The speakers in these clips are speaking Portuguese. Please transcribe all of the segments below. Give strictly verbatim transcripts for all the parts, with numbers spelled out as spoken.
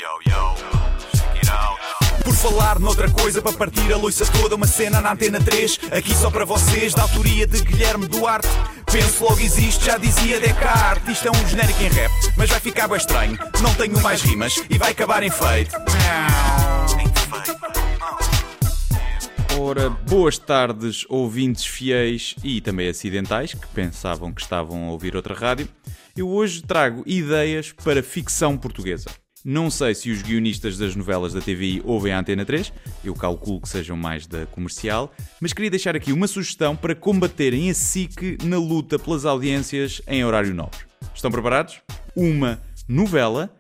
Por falar noutra coisa, para partir a loiça toda, uma cena na Antena três, aqui só para vocês, da autoria de Guilherme Duarte. Penso logo existe, já dizia Descartes. Isto é um genérico em rap, mas vai ficar bem estranho. Não tenho mais rimas e vai acabar em feito. Ora, boas tardes, ouvintes fiéis e também acidentais que pensavam que estavam a ouvir outra rádio. Eu hoje trago ideias para ficção portuguesa. Não sei se os guionistas das novelas da T V I ouvem a Antena três, eu calculo que sejam mais da comercial, mas queria deixar aqui uma sugestão para combaterem a S I C na luta pelas audiências em horário nobre. Estão preparados? Uma novela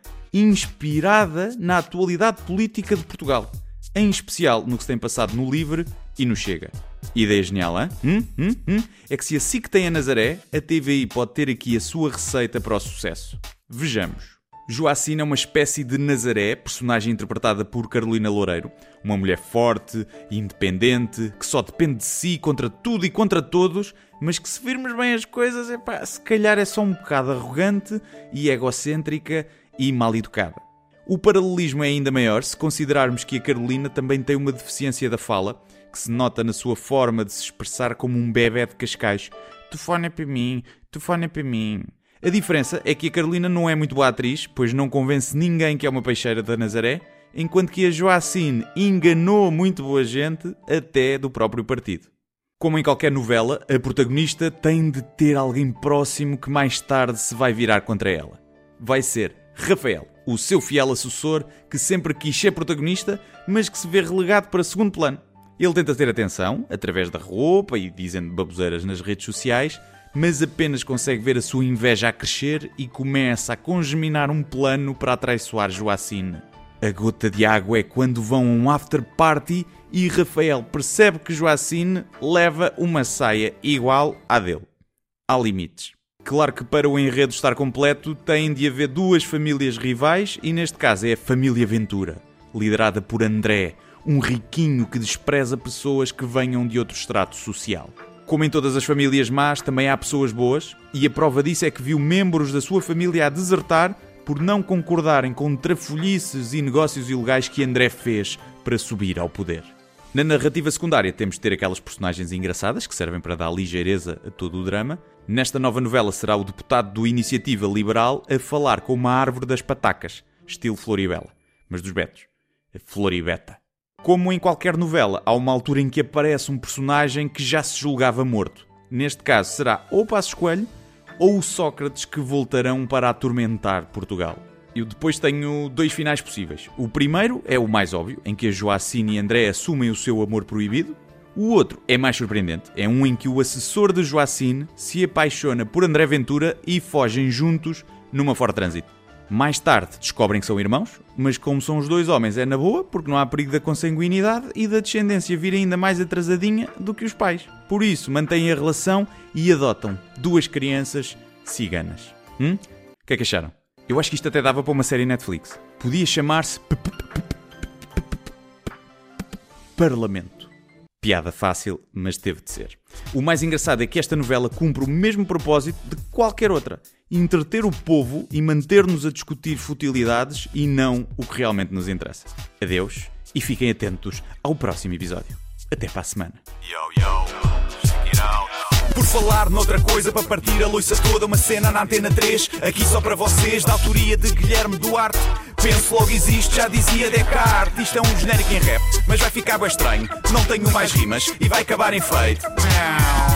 inspirada na atualidade política de Portugal, em especial no que se tem passado no Livre e no Chega. Ideia genial, hein? Hum, hum, hum? É que se a S I C tem a Nazaré, a T V I pode ter aqui a sua receita para o sucesso. Vejamos. Joacine é uma espécie de Nazaré, personagem interpretada por Carolina Loureiro, uma mulher forte e independente, que só depende de si contra tudo e contra todos, mas que, se virmos bem as coisas, epá, se calhar é só um bocado arrogante e egocêntrica e mal educada. O paralelismo é ainda maior se considerarmos que a Carolina também tem uma deficiência da fala, que se nota na sua forma de se expressar como um bebé de Cascais. Tu fone para mim, tu fone para mim. A diferença é que a Carolina não é muito boa atriz, pois não convence ninguém que é uma peixeira da Nazaré, enquanto que a Joacine enganou muito boa gente, até do próprio partido. Como em qualquer novela, a protagonista tem de ter alguém próximo que mais tarde se vai virar contra ela. Vai ser Rafael, o seu fiel assessor, que sempre quis ser protagonista, mas que se vê relegado para segundo plano. Ele tenta ter atenção, através da roupa e dizendo baboseiras nas redes sociais, mas apenas consegue ver a sua inveja a crescer e começa a congeminar um plano para atraiçoar Joacine. A gota de água é quando vão a um after party e Rafael percebe que Joacine leva uma saia igual à dele. Há limites. Claro que para o enredo estar completo tem de haver duas famílias rivais e neste caso é a família Ventura, liderada por André, um riquinho que despreza pessoas que venham de outro estrato social. Como em todas as famílias más, também há pessoas boas, e a prova disso é que viu membros da sua família a desertar por não concordarem com trafolhices e negócios ilegais que André fez para subir ao poder. Na narrativa secundária temos de ter aquelas personagens engraçadas que servem para dar ligeireza a todo o drama. Nesta nova novela será o deputado do Iniciativa Liberal a falar com uma árvore das patacas, estilo Floribela, mas dos betos, a Floribeta. Como em qualquer novela, há uma altura em que aparece um personagem que já se julgava morto. Neste caso será ou Passos Coelho ou o Sócrates que voltarão para atormentar Portugal. Eu depois tenho dois finais possíveis. O primeiro é o mais óbvio, em que a Joacine e André assumem o seu amor proibido. O outro é mais surpreendente, é um em que o assessor de Joacine se apaixona por André Ventura e fogem juntos numa Ford Transit. Mais tarde descobrem que são irmãos, mas como são os dois homens é na boa, porque não há perigo da consanguinidade e da descendência vir ainda mais atrasadinha do que os pais. Por isso mantêm a relação e adotam duas crianças ciganas. Hum? O que é que acharam? Eu acho que isto até dava para uma série Netflix. Podia chamar-se Parlamento. Piada fácil, mas teve de ser. O mais engraçado é que esta novela cumpre o mesmo propósito de qualquer outra. Entreter o povo e manter-nos a discutir futilidades e não o que realmente nos interessa. Adeus e fiquem atentos ao próximo episódio. Até para a semana. Yo, yo, check it out. Por falar noutra coisa, para partir a loiça toda, uma cena na Antena três, aqui só para vocês, da autoria de Guilherme Duarte. Penso logo existe, já dizia Descartes. Isto é um genérico em rap, mas vai ficar bem estranho. Não tenho mais rimas e vai acabar em feito.